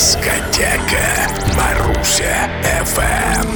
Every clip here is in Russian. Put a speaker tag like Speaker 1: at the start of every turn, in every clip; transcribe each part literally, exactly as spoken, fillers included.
Speaker 1: Дискотека Маруся эф эм.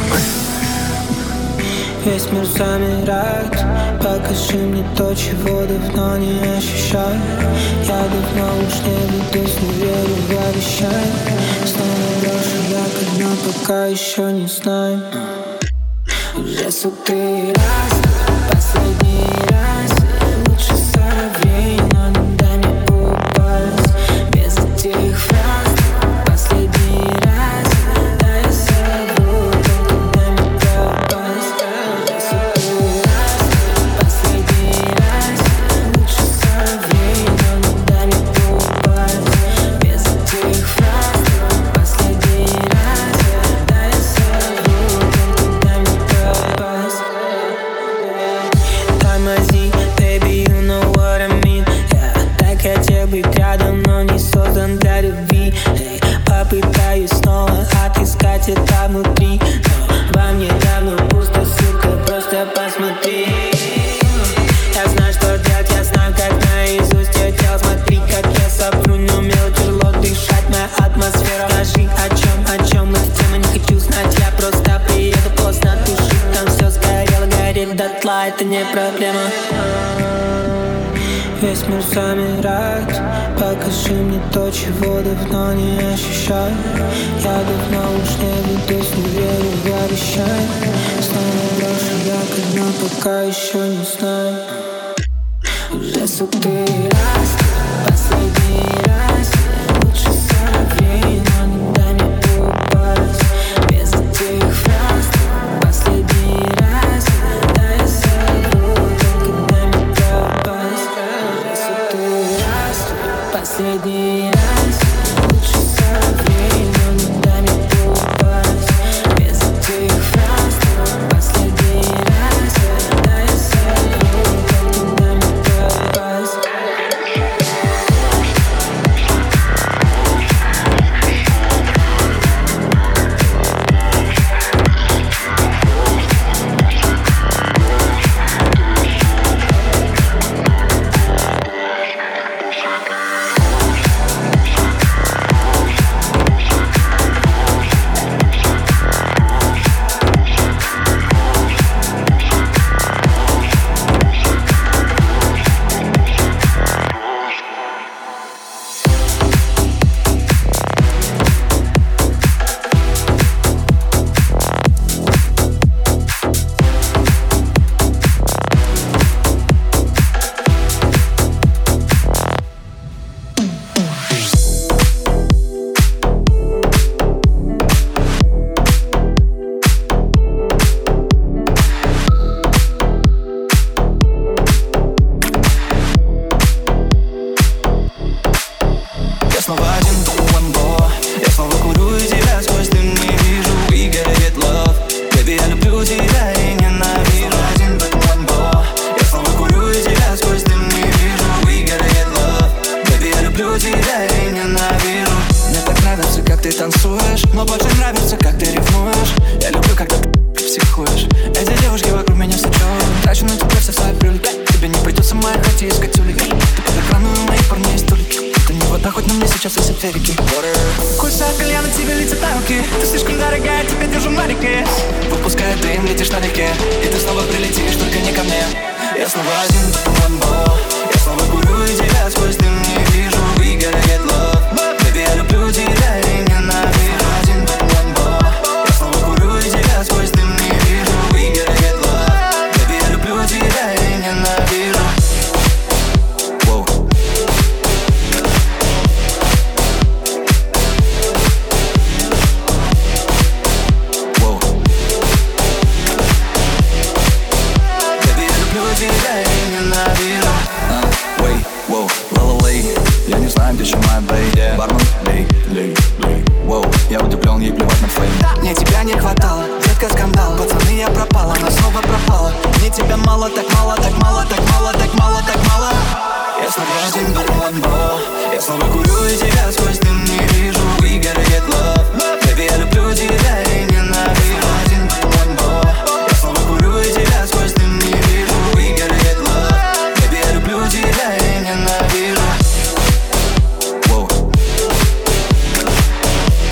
Speaker 2: Весь мир замирает. Покажи мне то, чего давно не ощущаю. Я давно уж не ведусь, не верю в обещания. Снова брошу я ко дну, пока еще не знаю. Уже сотый раз, последний раз. Лучше соловей, но не дай мне упасть. Без этих фраз, последний раз. Да я забуду, когда мне пропасть. Уже сотый раз, последний раз. Лучше соловей, но не дай мне упасть. Без этих фраз, последний раз. Да я забуду, когда мне пропасть. Тормози, baby, you know what I mean. Я так хотел быть рядом, но не создан для любви. Эй, попытаюсь снова отыскать это внутри, но во мне давно пусто, сука, просто посмотри. Я знаю, что делать, я знаю, как наизусть я делал. Смотри, как я соплю, не умел тяжело дышать. Моя атмосфера, скажи, о чем, о чем эта тема, не хочу знать. Я просто приеду поздно тушить, там все сгорело, горит дотла, это не проблема. Весь мир замирает. Покажи мне то, чего давно не ощущаю. Я давно уж не ведусь, не верю в обещания. Снова брошу я ко дну, пока еще не знаю. Уже сотый раз, последний раз. Лучше соловей, но не дай мне упасть. Без этих фраз, последний раз. Да я забуду, когда мне пропасть. Уже сотый раз, последний раз. Лучше соловей, но не дай мне упасть. Без этих фраз, последний раз. Да я забуду, когда мне пропасть.
Speaker 3: Кольца кальяна, тебе лица на руки. Ты слишком дорогая, тебя держу на реке. Выпуская дым, летишь налегке. И ты снова прилетишь, только не ко мне. Я снова один, ламбо. Я снова курю и тебя сквозь дым не вижу. We gotta get love. Baby, я люблю тебя и ненавижу. Один, ламбо. Я снова курю и тебя сквозь дым не вижу. We gotta get love. Baby, я люблю тебя и ненавижу.
Speaker 4: Бармен, лей, лей, лей, воу. Я удивлен, ей плевать на фейм.
Speaker 3: Мне тебя не хватало, детка скандал. Пацаны, я пропала, она снова пропала. Мне тебя мало, так мало, так мало, так мало, так мало, так мало. Я снова один ламбо. Я снова курю и тебя сквозь дым не вижу. We gotta get love. Baby, я люблю тебя и ненавижу. Один ламбо. Я снова курю и тебя сквозь дым не вижу. We gotta get love. Baby, я люблю тебя и ненавижу.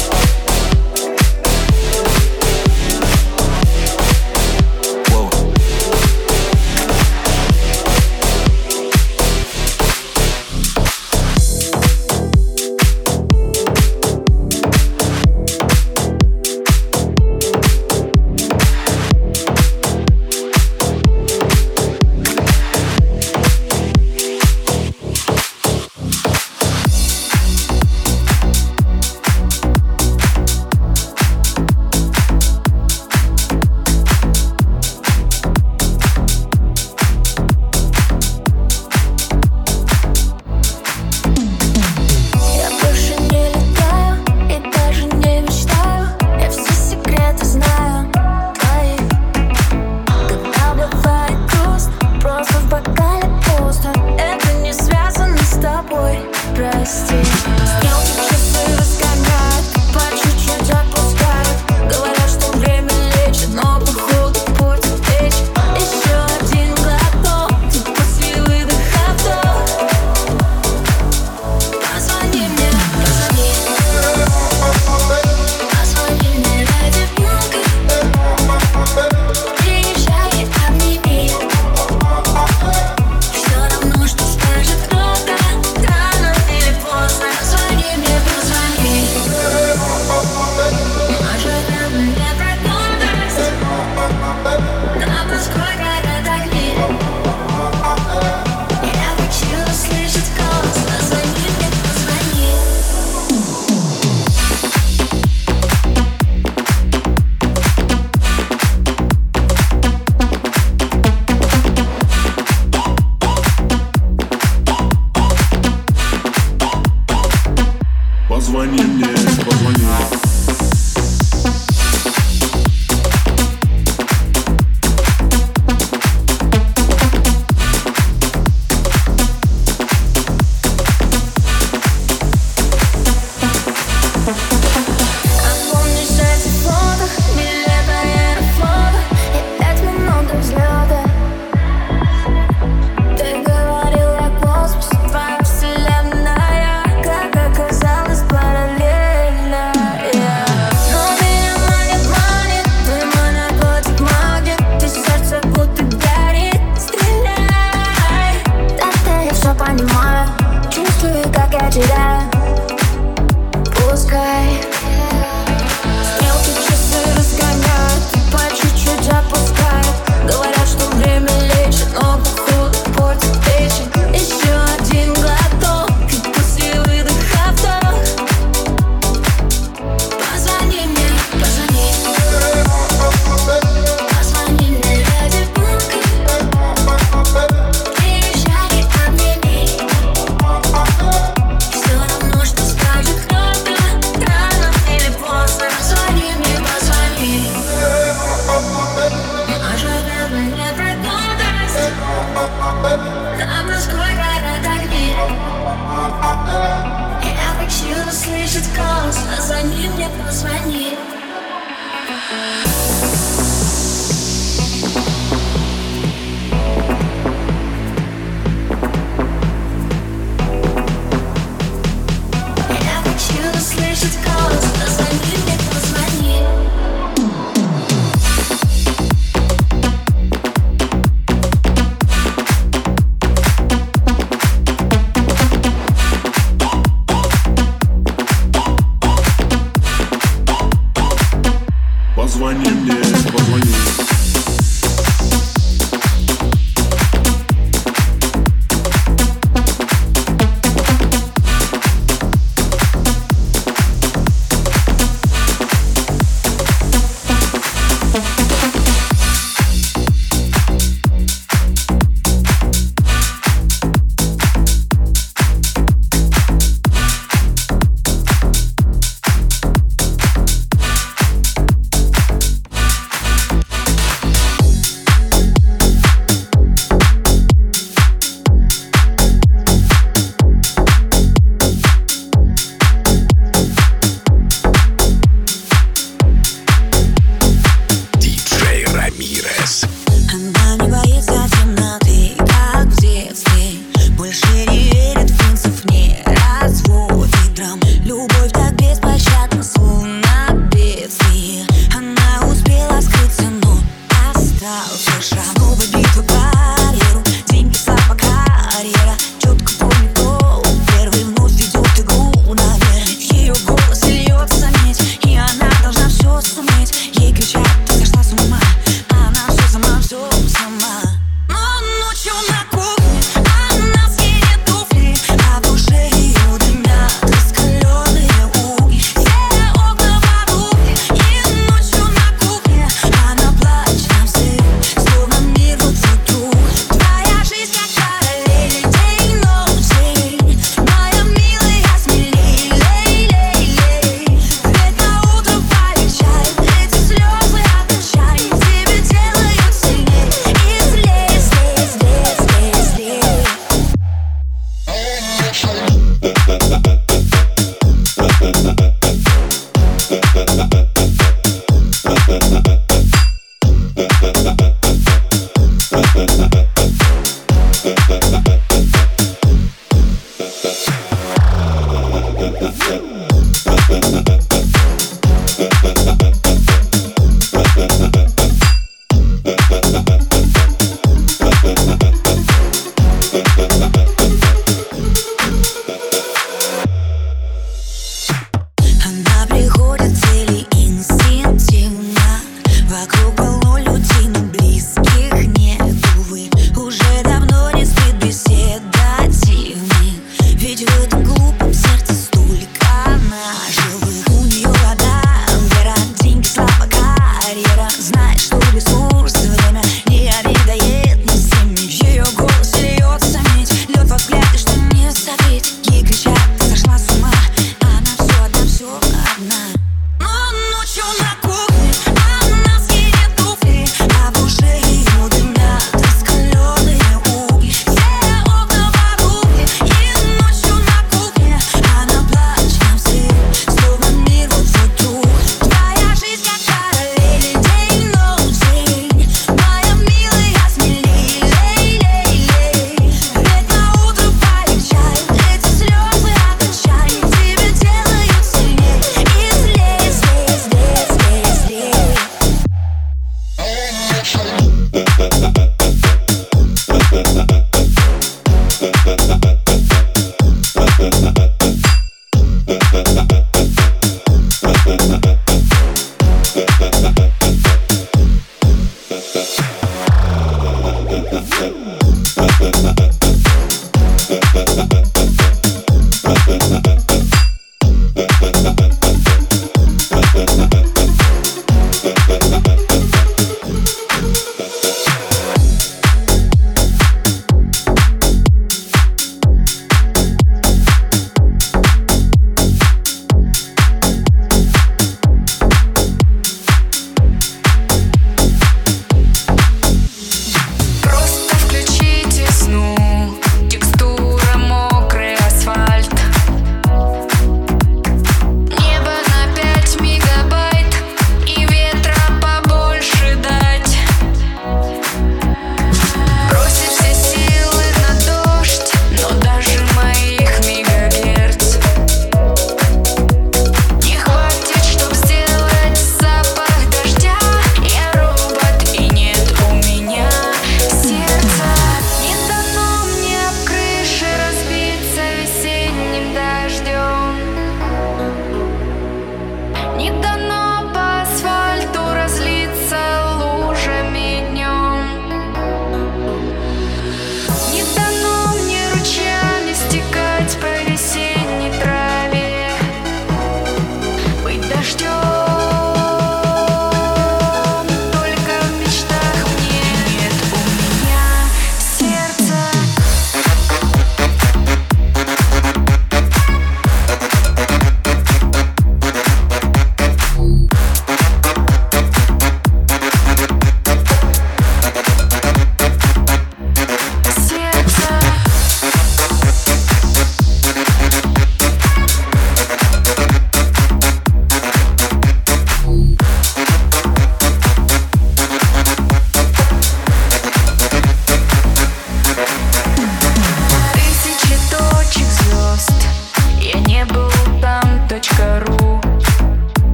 Speaker 5: Ночью на кухне, а на нас едет туфли.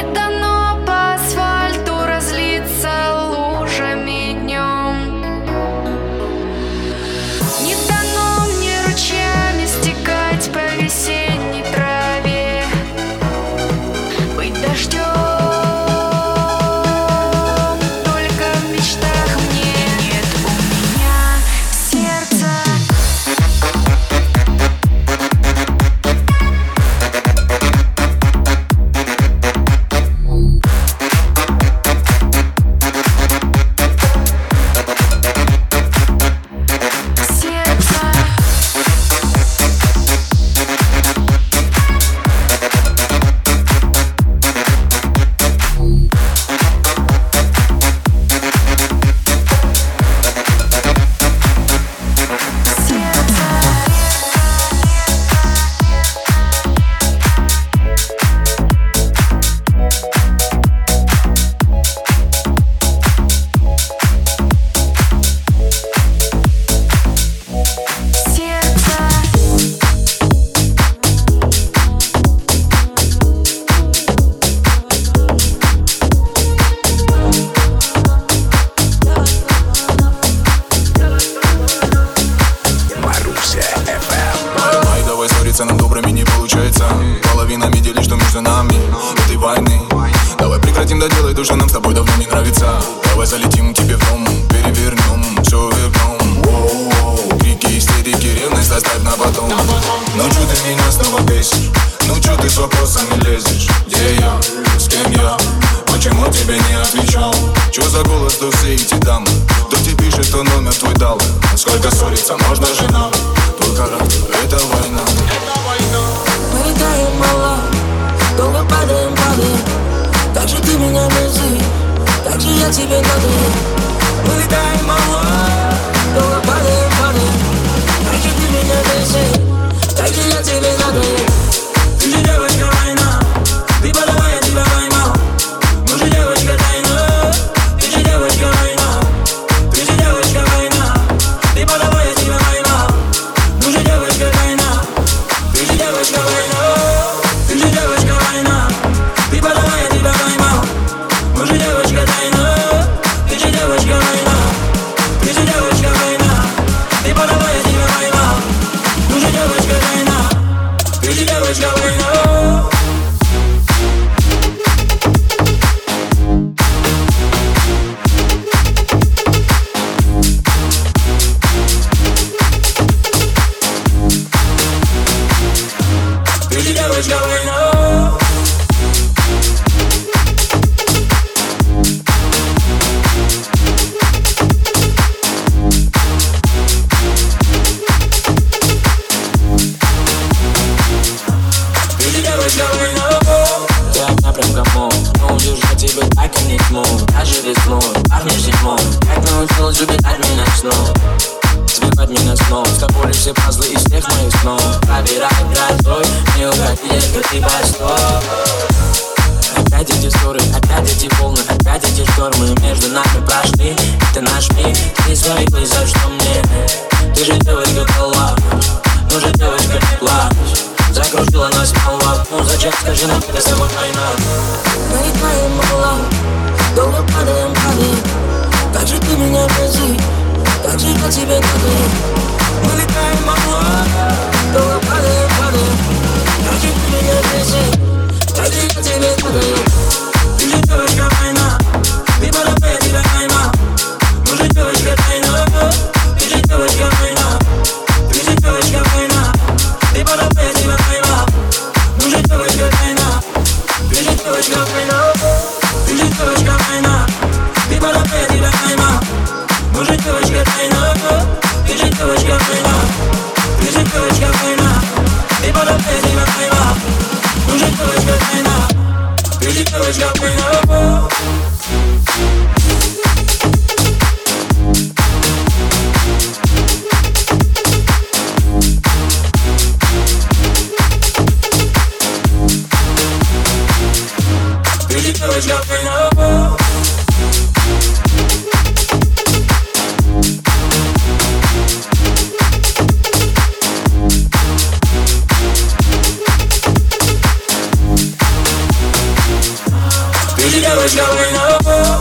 Speaker 5: Не дано по асфальту разлиться лужами днем. Не дано мне ручьями стекать по весенней траве, быть дождем. Только в мечтах мне нет у меня сердца.
Speaker 4: Нам добрыми не получается. Половинами делишь, что между нами этой войны. Давай прекратим доделать то, что нам с тобой давно не нравится. Давай залетим к тебе в дом, перевернем, все вернем. Крики, истерики, ревность оставь на потом. Ну чё ты меня снова бесишь? Ну чё ты с вопросами лезешь? Где я? С кем я? Почему тебе не отвечал? Чё за голос, кто все эти дамы? Кто тебе пишет, кто номер твой дал? Сколько ссориться можно же нам? Только раз, это война.
Speaker 2: Мы летаем мало, долго падаем, падаем. Как же ты меня бези, как же я тебе надоел. Мы летаем мало, долго падаем, падаем. Как же ты меня бези, как же я тебе надоел. Ты же девочка война, ты подавай, я тебя поймал. Мы же девочка тайна, ты же девочка война. Ты же девочка война, ты подавай, я тебя поймал. Мы же девочка тайна, ты же девочка война. Ты же девочка война, ты подавай, я тебя поймал. Мы же девочка тайна, ты же девочка война. Ты же девочка война, ты подавай, я тебя поймал. Мы же девочка тайна, ты же девочка война. Девочка война. Ты же девочка война. Ты одна прям гамон, но удержать тебя так и не смог. Даже весной, пахнешь зимой. Как научилась убегать меня снова, сбивать меня снова. С тобой лишь все пазлы из всех моих снов. Пробирай грозой, не уходи, что ты постой. Опять эти ссоры, опять эти волны, опять эти штормы между нами прошли. Это наш миг, ты свои глаза, что мне. Ты же девочка, плачь, ну же девочка, не плачь. Закружила нас снова, ну зачем, скажи нам, это с тобой война. Мы летаем мало, долго падаем, падаем. Как же ты меня бези, как же я тебе надоел. Мы летаем мало, долго падаем, падаем. Как же ты меня бези, как же я тебе надоел. Ты же девочка война, ты подавай, я тебя поймал. Мы же девочка тайна, ты же девочка война. Ты же девочка война, ты подавай, я тебя поймал. Мы же девочка тайна, ты же девочка война. Ты же девочка война, ты подавай, я тебя поймал. Мы же девочка тайна, ты же девочка война. Ты же девочка война, ты подавай, я тебя поймал. Мы же девочка тайна, ты же девочка война. Ты же девочка война.
Speaker 4: Ты же девочка война.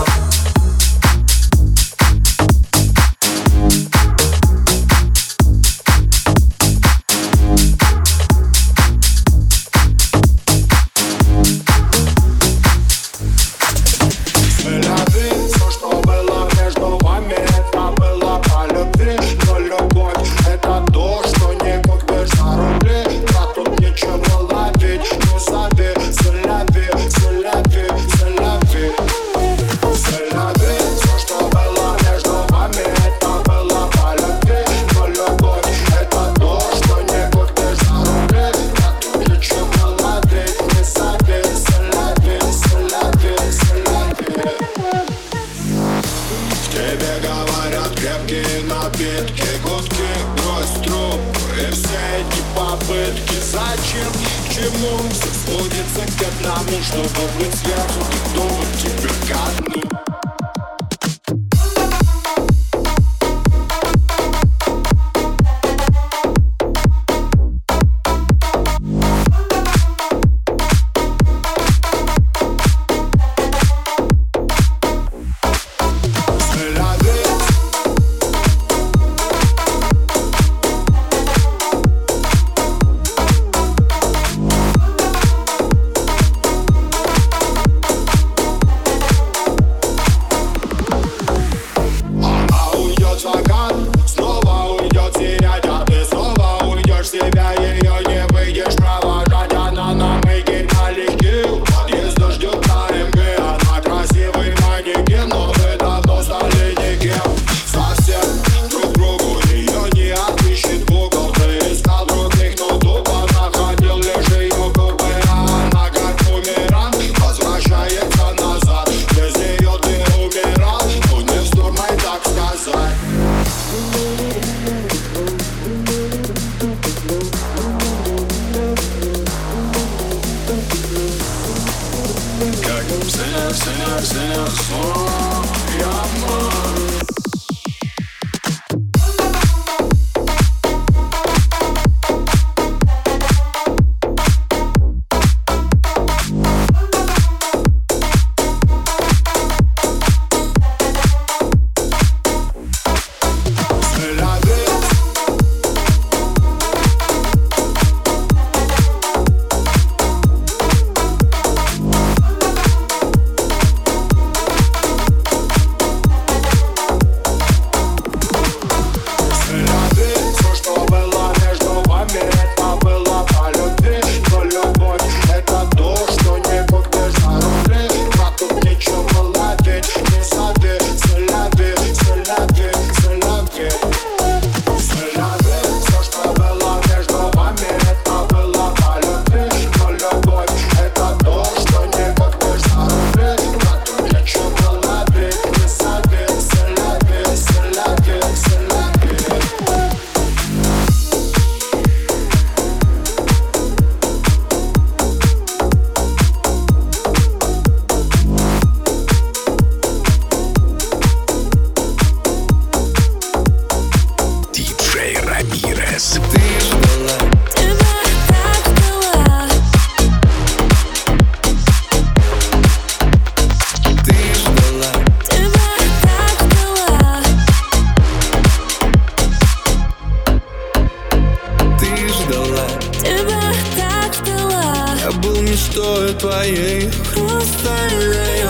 Speaker 6: мечтой твоей хрустальной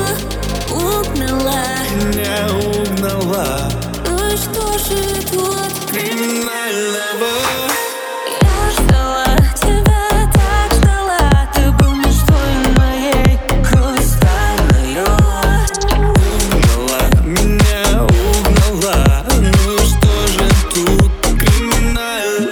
Speaker 6: угнала, меня угнала. Ну и что же тут криминального? Я ждала тебя, так ждала. Ты был мечтой моей хрустальной. Угнала, меня угнала. Ну и что же тут криминального?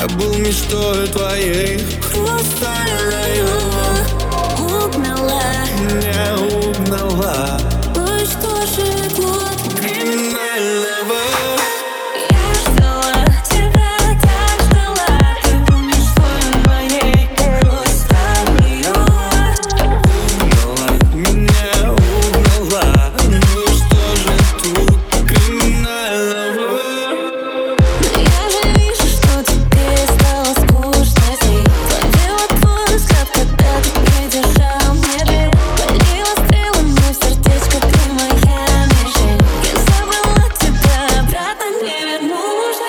Speaker 6: Я был мечтой твоей. Хрустальная угнала, не угнала. Ну и что же год криминального? Я ждала тебя, так ждала. Ты был мечтой моей. Хрустальная угнала, меня угнала. Ну и что же тут криминального? Я же вижу, что тебе стало скучно здесь. Ловила твой взгляд, когда ты придержал мне дверь. Полила стрелами в сердечко, ты моя мишень. Я забрала тебя, обратно не верну уже.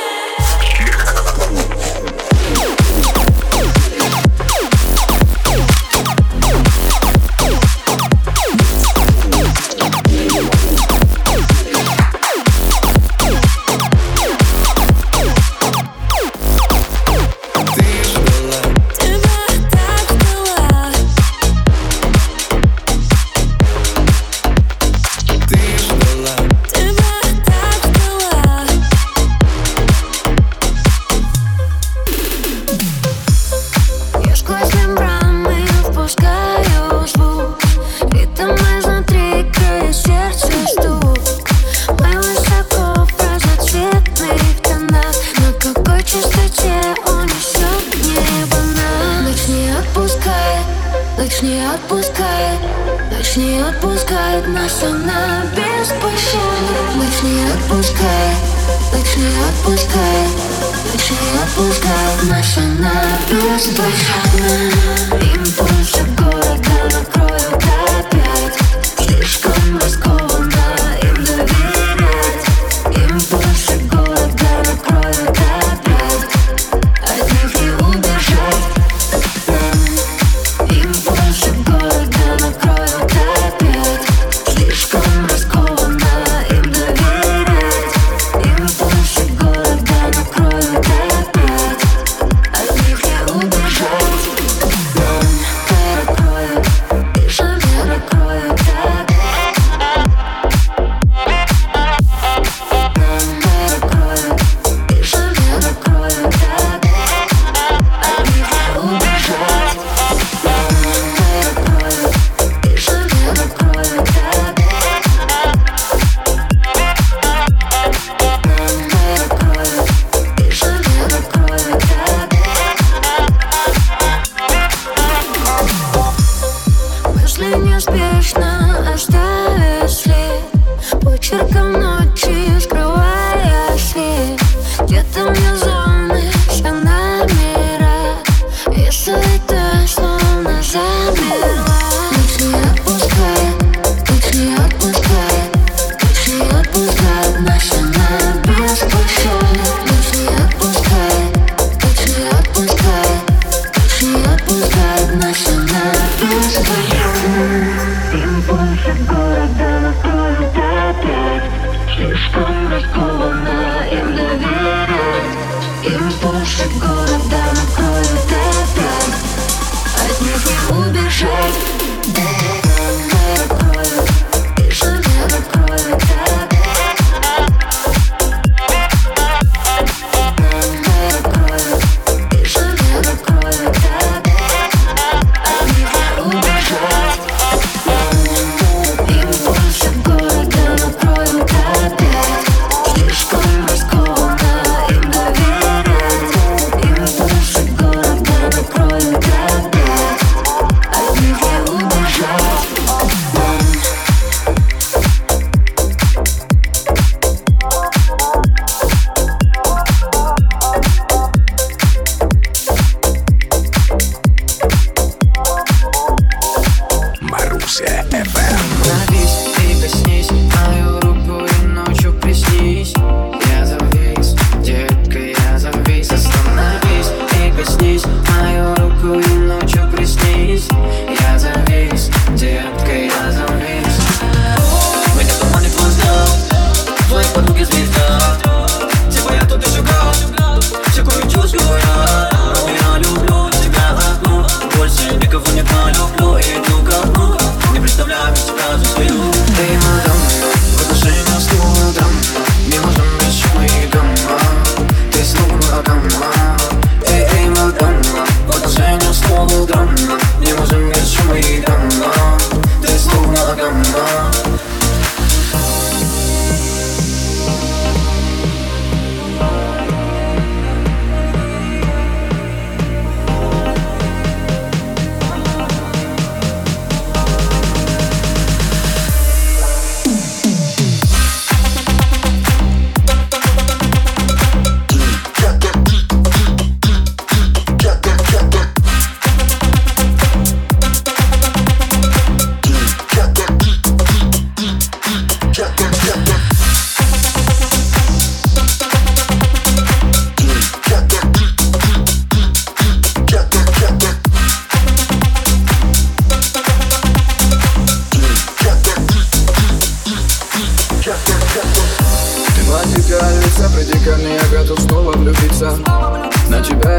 Speaker 6: Я сквозь мембраны впускаю звук, и там изнутри крает сердце стук. Мы высоко в разноцветных тонах, на какой частоте унесет небо нас. Ночь не отпускает, ночь не отпускает, ночь не отпускает нас, она беспощадна. Ночь не отпускает, ночь не отпускает, ночь не отпускает нас, она беспощадна. Импульсы города накроют опять, слишком рискованно им доверять. Импульсы города накроют опять, от них не убежать. Импульсы города накроют опять, слишком рискованно им доверять. Импульсы города накроют опять, от них не убежать. Перекроют, и же перекроют опять. Перекроют, и же перекроют опять, от них не убежать. Перекроют, и же перекроют опять. Перекроют, и же перекроют опять. Мысли неспешно оставят след, почерком ночи скрывая свет. Где-то внизу все номера, и суета словно замерла. Ночь не отпускает, ночь не отпускает, ночь не отпускает нас, она беспощадна. Ночь не отпускает, ночь не отпускает, ночь не отпускает нас, она беспощадна. Импульсы города накроют опять, слишком рискованно им доверять. Импульсы города накроют опять, от них не убежать. Перекроют, и же перекроют опять. Перекроют, и же перекроют опять, от них не убежать. Импульсы города накроют опять, слишком рискованно им доверять. Импульсы города накроют опять, от них не убежать.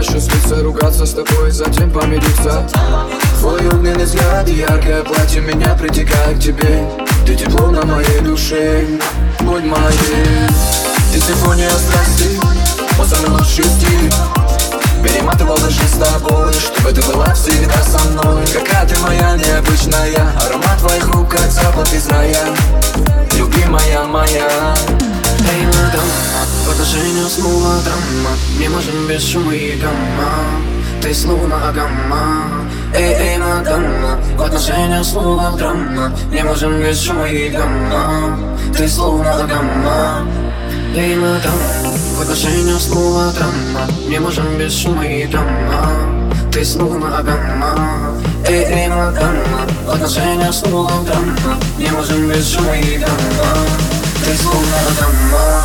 Speaker 7: еще слиться, ругаться с тобой, затем помириться. Твой огненный взгляд и яркое платье меня притягает к тебе. Ты тепло на моей душе, будь моей. Ты симфония страсти, мой самый лучший стиль. Перематывал даже с тобой, чтобы ты была всегда со мной. Какая ты моя необычная, аромат твоих рук, как запах из рая. Любимая моя.
Speaker 3: Эй, мадам, в отношениях снова драма. Не можем без шума и гамма. Ты словно гамма. Эй, эй, мадам, в отношениях снова драма. Не можем без шума и гамма. Ты словно гамма. Эй, мадам, в отношениях снова драма. Не можем без шума и гамма. Ты словно гамма. Эй, эй, мадам, в отношениях снова драма. Не можем без шума и гамма. Ты словно гамма.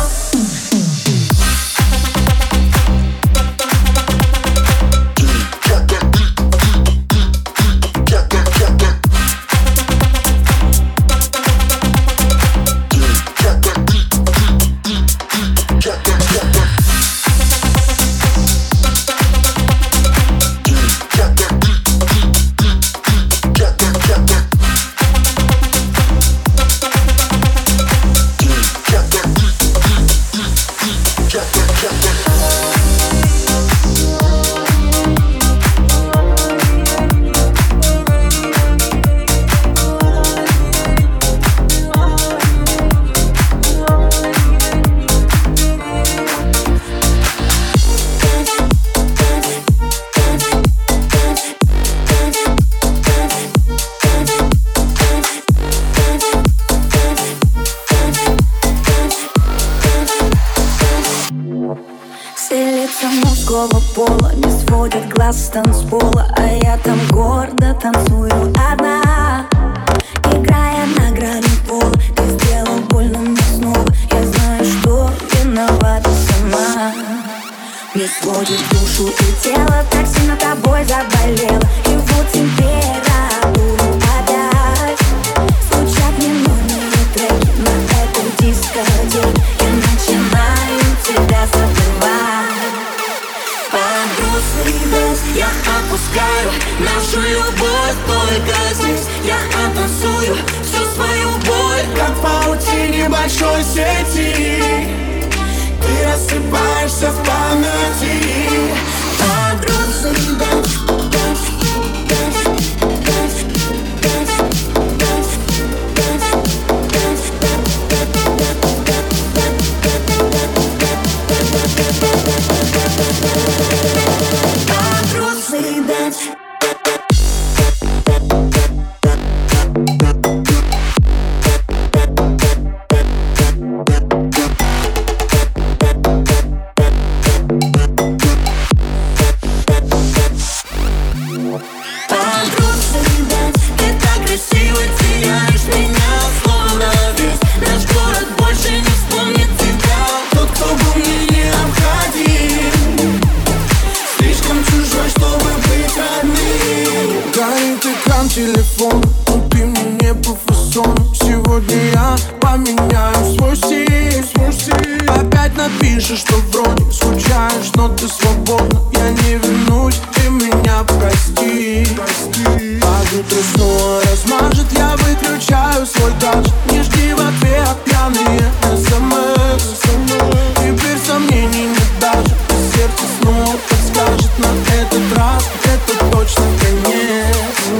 Speaker 6: Пола не сводит глаз с танцпола, а я там гордо танцую одна. Играя на грани пола, ты сделал больно мне снова. Я знаю, что виновата сама. Не сводит душу и тело, так сильно тобой заболела. И вот температуру опять. Звучат ненужные треки на этой дискотеке. Я начинаю тебя забывать.
Speaker 3: Я отпускаю нашу любовь только здесь. Я оттанцую всю свою боль, как в паутине большой сети. Ты рассыпаешься в памяти. Погрузный дэнс, дэнс, дэнс, дэнс, дэнс, дэнс, дэнс, дэнс, погрузный дэнс.
Speaker 7: Телефон, но ты мне не по фасону. Сегодня я поменяю свой стиль, свой стиль. Опять напишешь, что вроде скучаешь, но ты свободна. Я не вернусь, ты меня прости, прости. А утро снова размажет, я выключаю свой гаджет. Не жди в ответ пьяные смс. Теперь сомнений нет даже, и сердце снова подскажет. На этот раз это точно конец.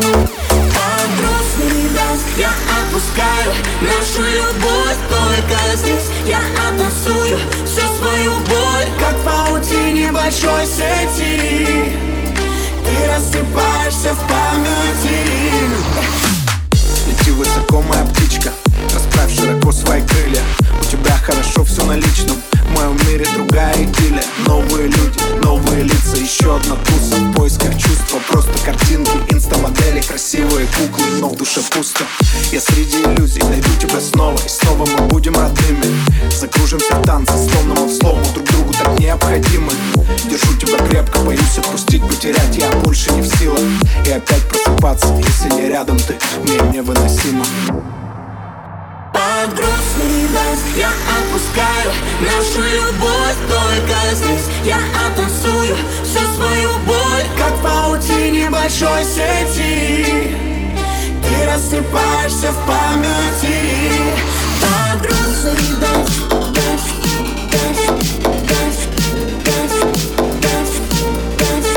Speaker 3: Я отпускаю нашу любовь только здесь. Я оттанцую всю свою боль, как в паутине большой сети. Ты рассыпаешься в памяти.
Speaker 8: Лети высоко, моя птичка, расправь широко свои крылья. У тебя хорошо все на личном, в моем мире другая идиллия. Новые люди, новые лица, еще одна туса в поисках чувства. Просто картинки, инстамодели, красивые куклы, но в душе пусто. Я среди иллюзий найду тебя снова, и снова мы будем родными. Закружимся в танце, словно мы в слово друг другу так необходимы. Держу тебя крепко, боюсь отпустить, потерять я больше не в силах. И опять просыпаться, если не рядом ты, мне невыносимо.
Speaker 7: Под грустный дождь я отпускаю нашу любовь только здесь. Я оттанцую всю свою боль, как в паутине большой сети. Ты рассыпаешься в памяти. Под грустный дождь, дождь, дождь, дождь, дождь, дождь, дождь,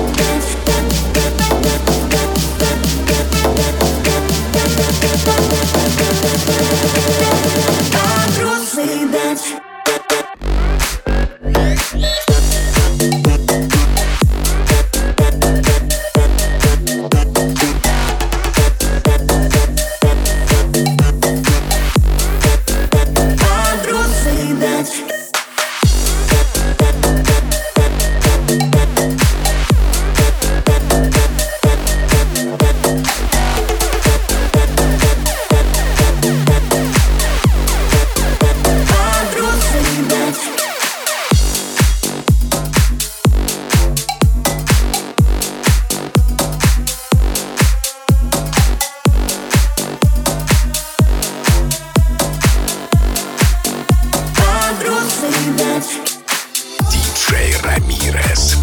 Speaker 7: под грустный дождь.
Speaker 1: диджей Рамирес.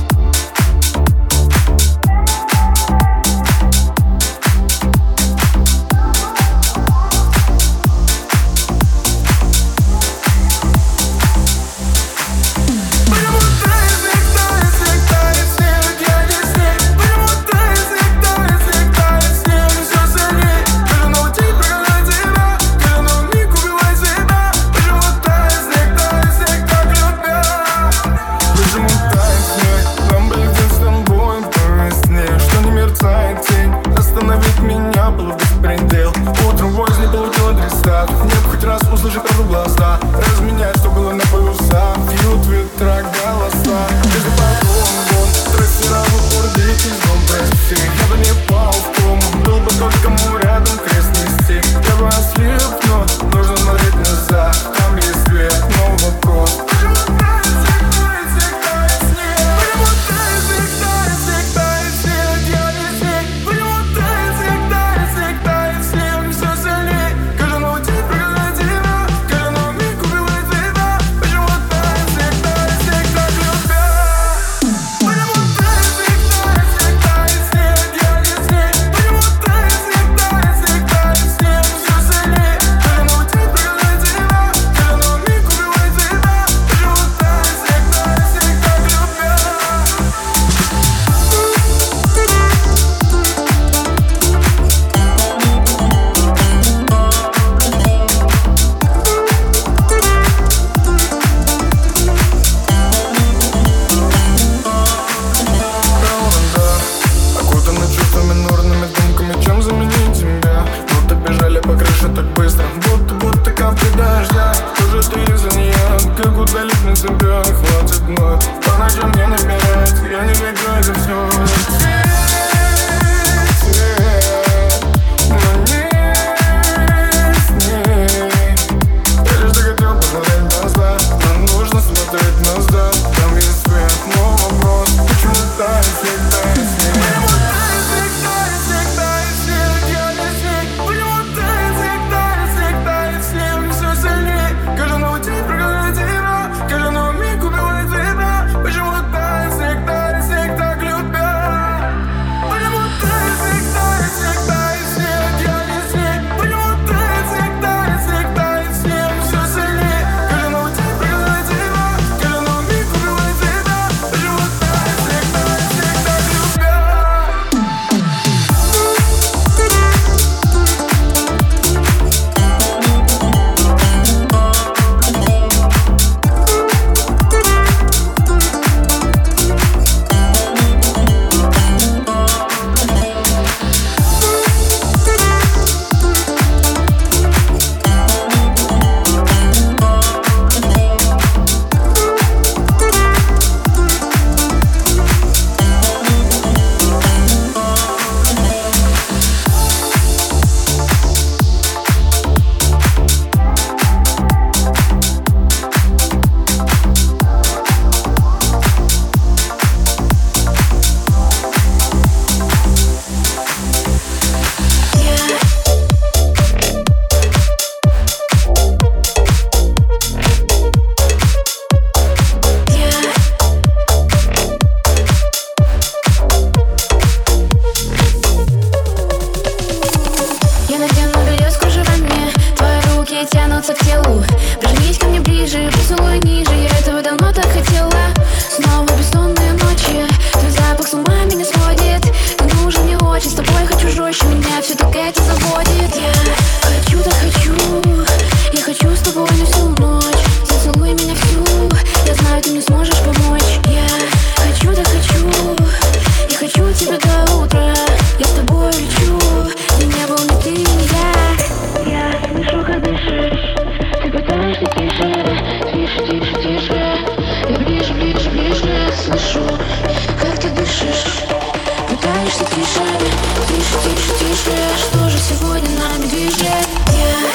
Speaker 6: прикоснуться к телу. Прижмись ко мне ближе, поцелуй ниже. Я этого давно так хотела. Снова бессонные ночи, твой запах с ума меня сводит. Ты нужен мне очень, с тобой хочу жестче. Меня все так это заводит. Я хочу, так хочу. Я хочу с тобой на всю ночь. Зацелуй меня всю. Я знаю, ты мне сможешь помочь. Я хочу, так хочу. Я хочу тебя до утра. Я с тобой лечу. Ты не был ни ты, ни я. Я слышу, как дышишь. Ты пытаешься тише, тише, тише, тише. Я ближе, ближе, ближе. Слышу, как ты дышишь. Пытаешься тише, тише, тише, тише. Что же сегодня нами движет? Я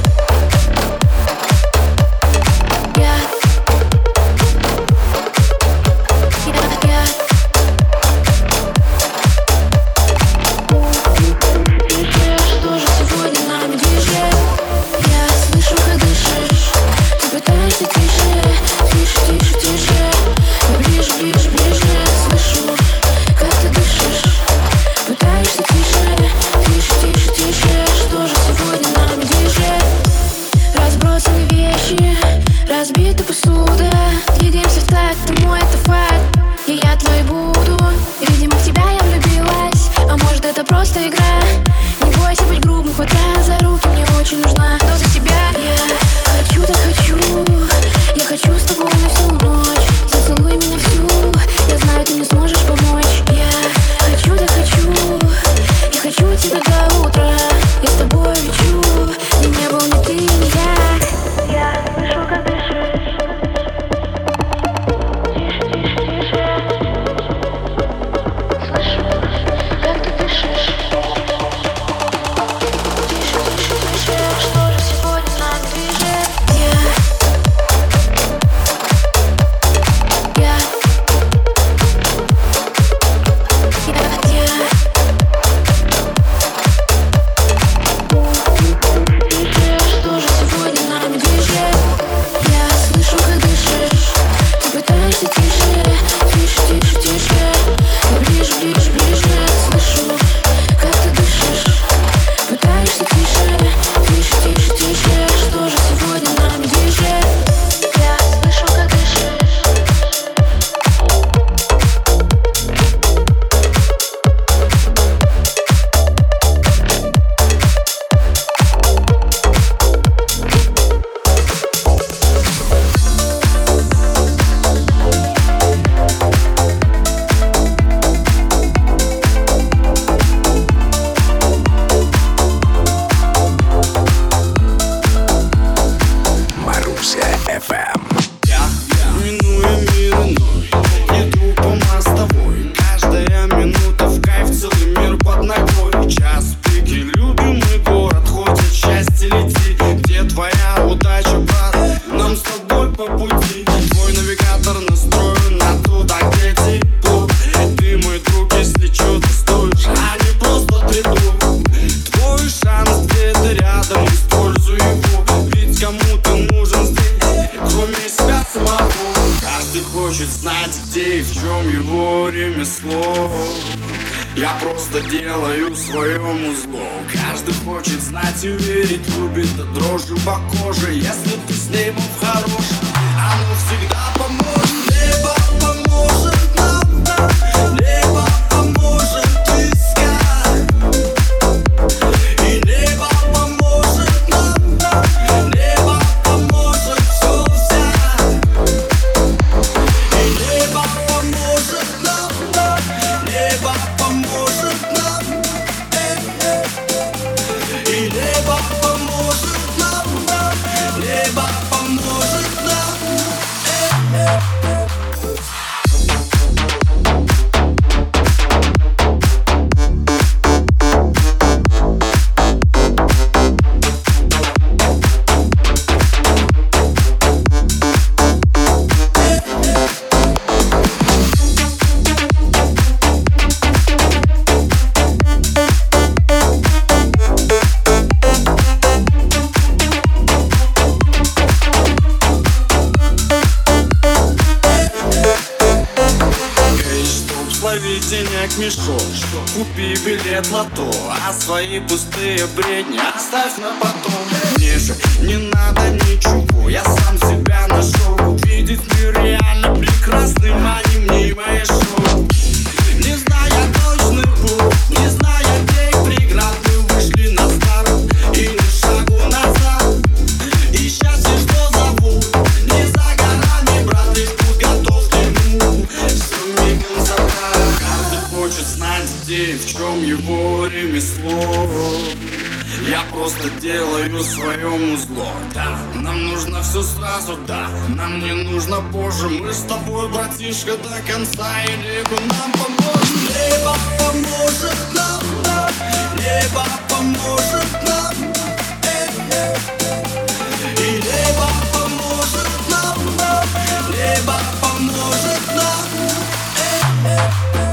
Speaker 6: разбита посуда. Двигаемся в такт, ты мой, это факт. И я твой буду. Видимо, в тебя я влюбилась. А может, это просто игра. Не бойся быть грубым, хватай за руки. Мне очень нужна доза тебя. Я хочу, так хочу. Я хочу с тобой на всю ночь. Зацелуй меня всю. Я знаю, ты мне сможешь помочь. Я хочу, так хочу. Я хочу тебя до утра. Я с тобой лечу. Ты не был ни ты, ни я. Я слышу, как дышишь. Тише, тише, тише. Слышу, как ты дышишь. Тише, тише, тише. Что же сегодня нами движет? Я Я Я Я Что же сегодня нами движет? Я слышу, как дышишь. Ты пытаешься тише, тише, тише, тише. Я ближе, ближе, ближе. Слышу, как ты дышишь. Пытаешься тише, тише, тише, тише. Что же сегодня нами движет? Я слышу, как дышишь.
Speaker 1: Маруся эф эм.
Speaker 9: Я, минуя мир иной, иду по мостовой. Каждая минута в кайф, целый мир под ногой. Час пики, любимый город, хочет счастье лети. Где твоя удача, брат? Нам с тобой по пути. Твой навигатор настроен на туда, где тепло. Ты мой друг, если чё, ты стоишь, а не просто трепло. Твой шанс где-то рядом, используй его. Ведь кому ты нужен здесь, кроме себя самого. Каждый хочет знать, где и в чем его ремесло. Я просто делаю свое музло. Каждый хочет знать и верить, любит до дрожи по коже. Если ты с небом хорош, оно всегда поможет. Небо поможет нам, небо поможет искать. И небо поможет нам, небо поможет все взять. И небо поможет нам, небо поможет нам. И небо поможет нам, небо поможет нам. денег мешок. Купи билет в лото, а свои пустые бредни оставь на потом. Мне же не надо ничего, я сам себя нашел. Видеть мир реально прекрасным, а не мнимое шоу. Не зная точный путь, не зная где преград, мы вышли на старт и ни шагу назад. И счастье, что зовут, не за горами, брат, лишь путь готов к нему. Все мигом забрать. Каждый хочет знать, где и в чем его ремесло. Я просто делаю своему зло. Да, нам нужно все сразу, да, нам не нужно позже. Мы с тобой, братишка, до конца, и небо нам поможет. Небо поможет нам, да, небо поможет нам, э, э. И небо поможет нам, да, небо поможет нам, э, э.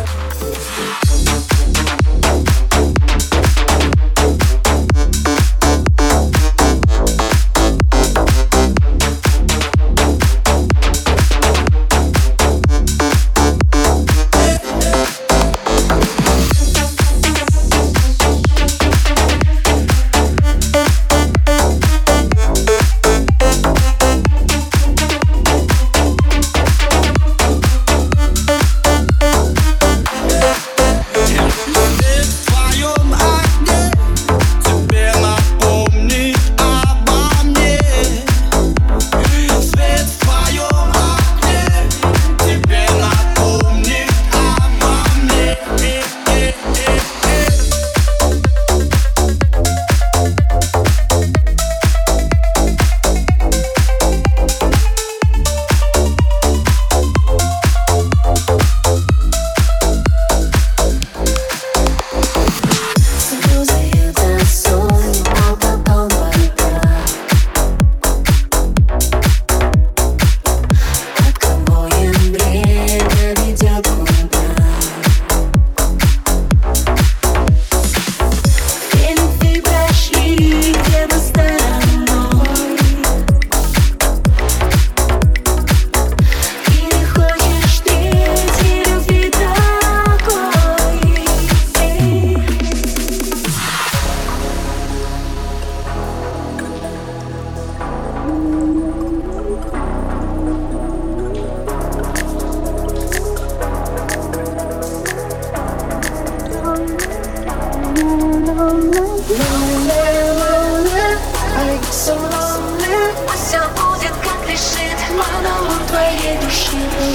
Speaker 5: Все будет как решит монолог твоей души.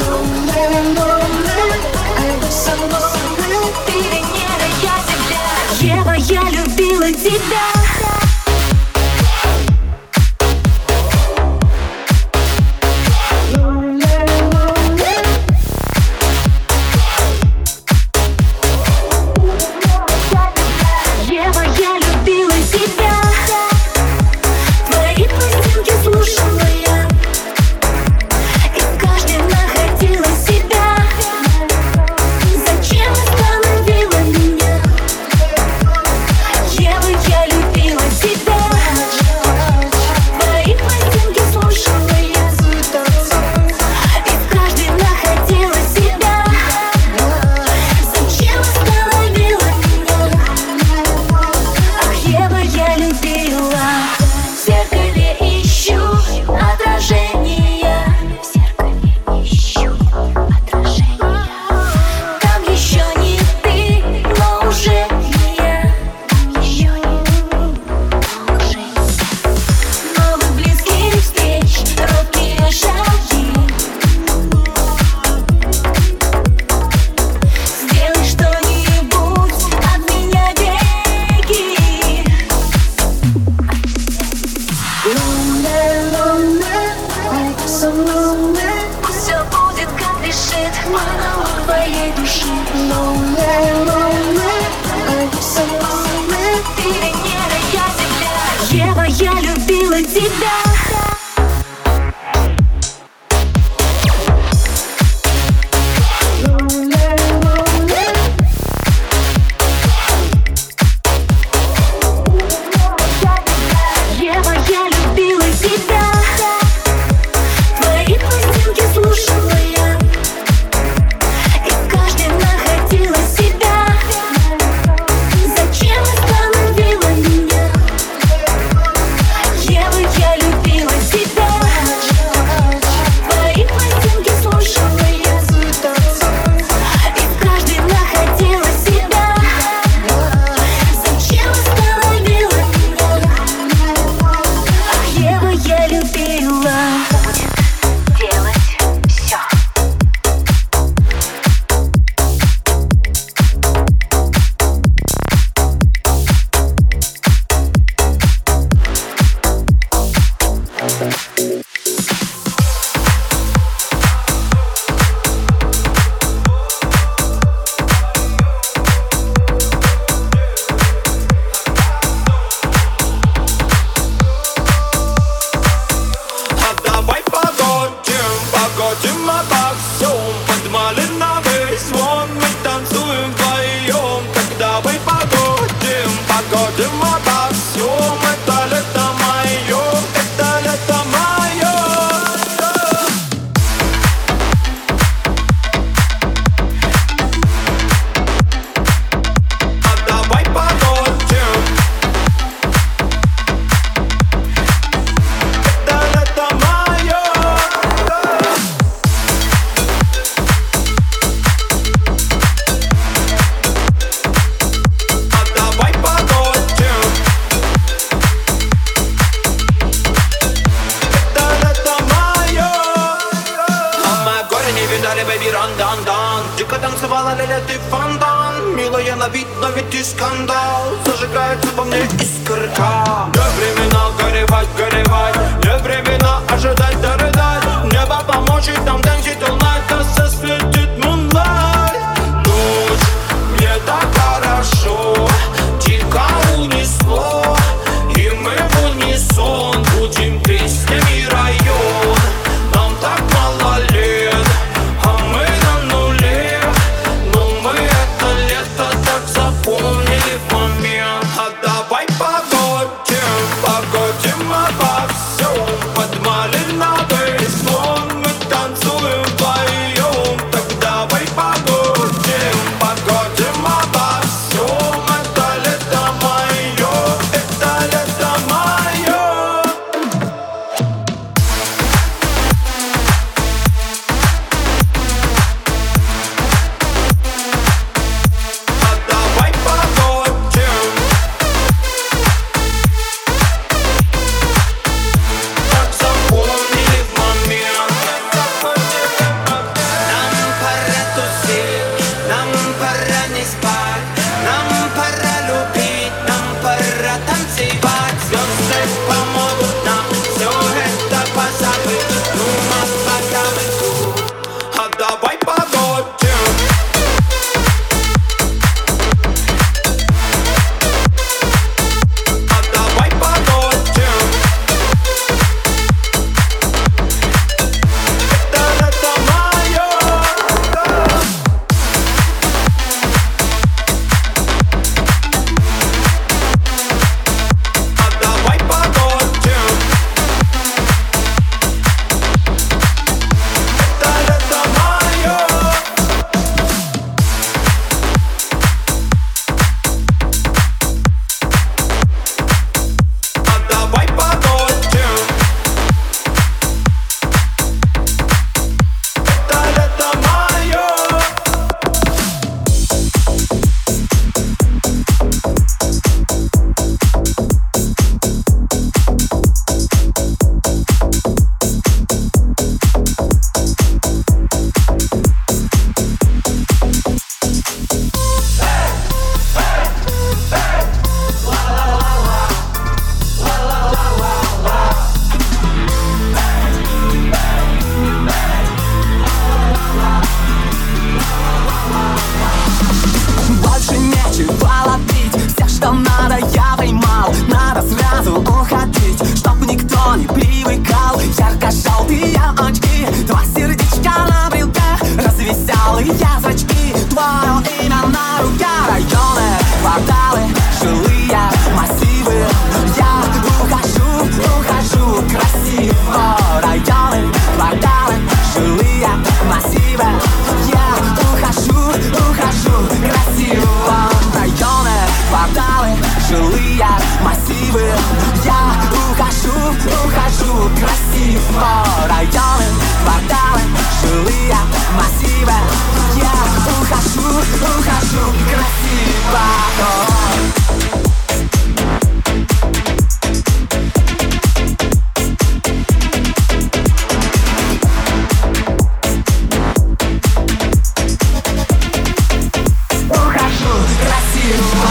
Speaker 5: Ты Венера, я Земля. Ева, я любила тебя. Ева, я любила тебя. Твои пластинки слушала я, и в каждой находила
Speaker 9: танцуем вдвоем. Так давай погодим, погодим обо всем. Это лето мое, это лето мое. А давай погодим. Это лето мое. А давай погодим. Это лето мое. А мы горе не видали, бэйби, ран-дан-дан. Дико танцевала Лиля, ты фонтан. Милая на вид, но ведь и скандал. Зажигается во мне искорка. Не времена горевать, горевать. Не времена ожидать, дорыдать. Небо поможет нам танцить all night. Нас осветит moonlight. Ночь, мне так хорошо. Дико унесло. И мы в унисон будем песнями район. Нам так мало лет, а мы на нуле. Но мы это лето так запомнили в момент. А давай погодим, погодим обо всем. Под малиновый сон мы танцуем вдвоем. Так давай погодим, погодим обо всем. Это лето мое, это лето мое. А давай погодим. Так запомнили в момент. Нам пора тусить, нам пора не спать. Нам пора любить, нам пора танцевать. Звезды помогут нам все это позабыть. Ну, мы пока мы тут. А давай погодим. А давай погодим. Это лето мое. А давай погодим. Это лето мое. А давай погодим. Это лето мое.
Speaker 3: Больше нечего ловить, все, что надо, я поймал. Надо сразу уходить, чтоб никто не привыкал. Ярко-желтые очки, два сердечка на брелке, развеселые зрачки, твое имя на руке. Районы, кварталы, жилые массивы. Я ухожу, ухожу красиво. Районы, кварталы, жилые массивы. Я ухожу, ухожу красиво. Районы, кварталы, жилые массивы. Я ухожу, ухожу красиво. Районы, кварталы, жилые массивы. Я ухожу, ухожу красиво. Ухожу красиво.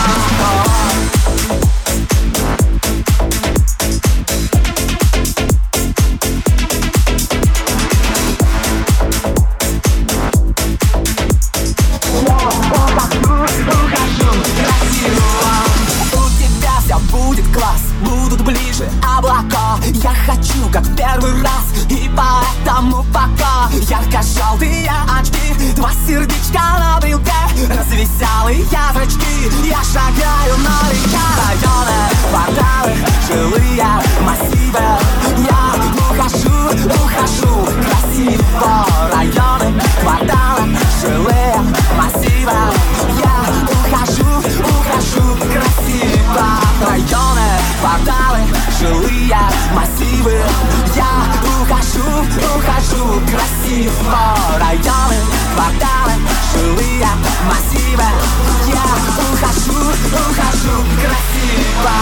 Speaker 3: У тебя все будет класс, будут ближе облака. Я хочу, как в первый раз, и поэтому пока ярко-желтые очки, два сердечка на брелке, развеселые зрачки. Я шагаю на река, районы, кварталы, жилые массивы. Я ухожу, ухожу красиво. Районы, кварталы, жилые массивы. Я ухожу, ухожу красиво. Районы, кварталы, жилые массивы. Я ухожу, ухожу красиво. Районы, кварталы, жилые массивы. Я ухожу, ухожу красиво.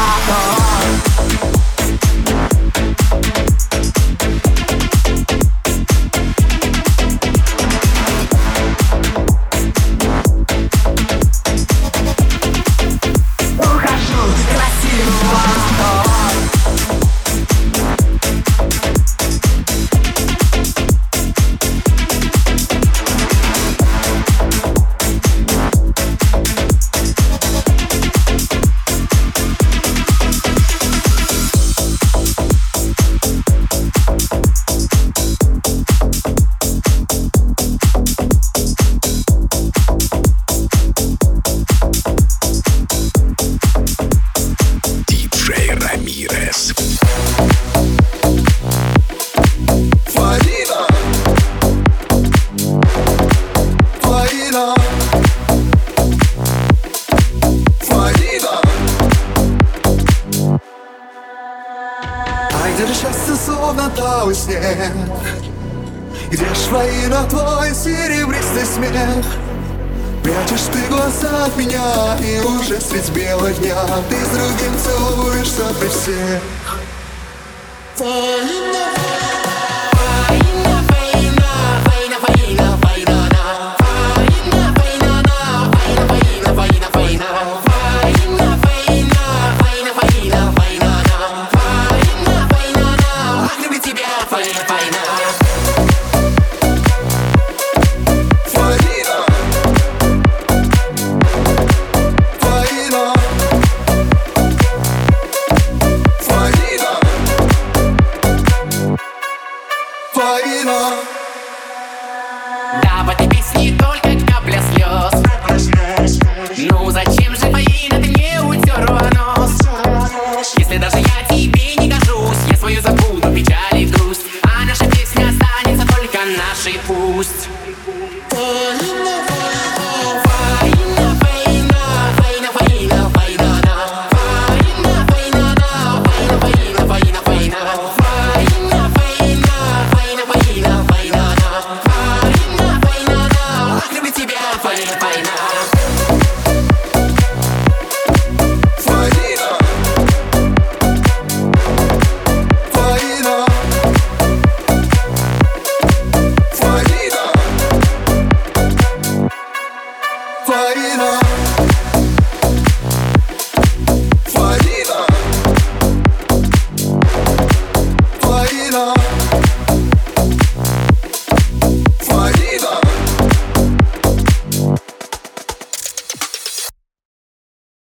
Speaker 10: Где ж воина твой серебристый смех? Прячешь ты глаза от меня, и уже средь бела дня ты с другим целуешься при всех. Война, война, война, война, война, война, война, война, война, война, война, война, война.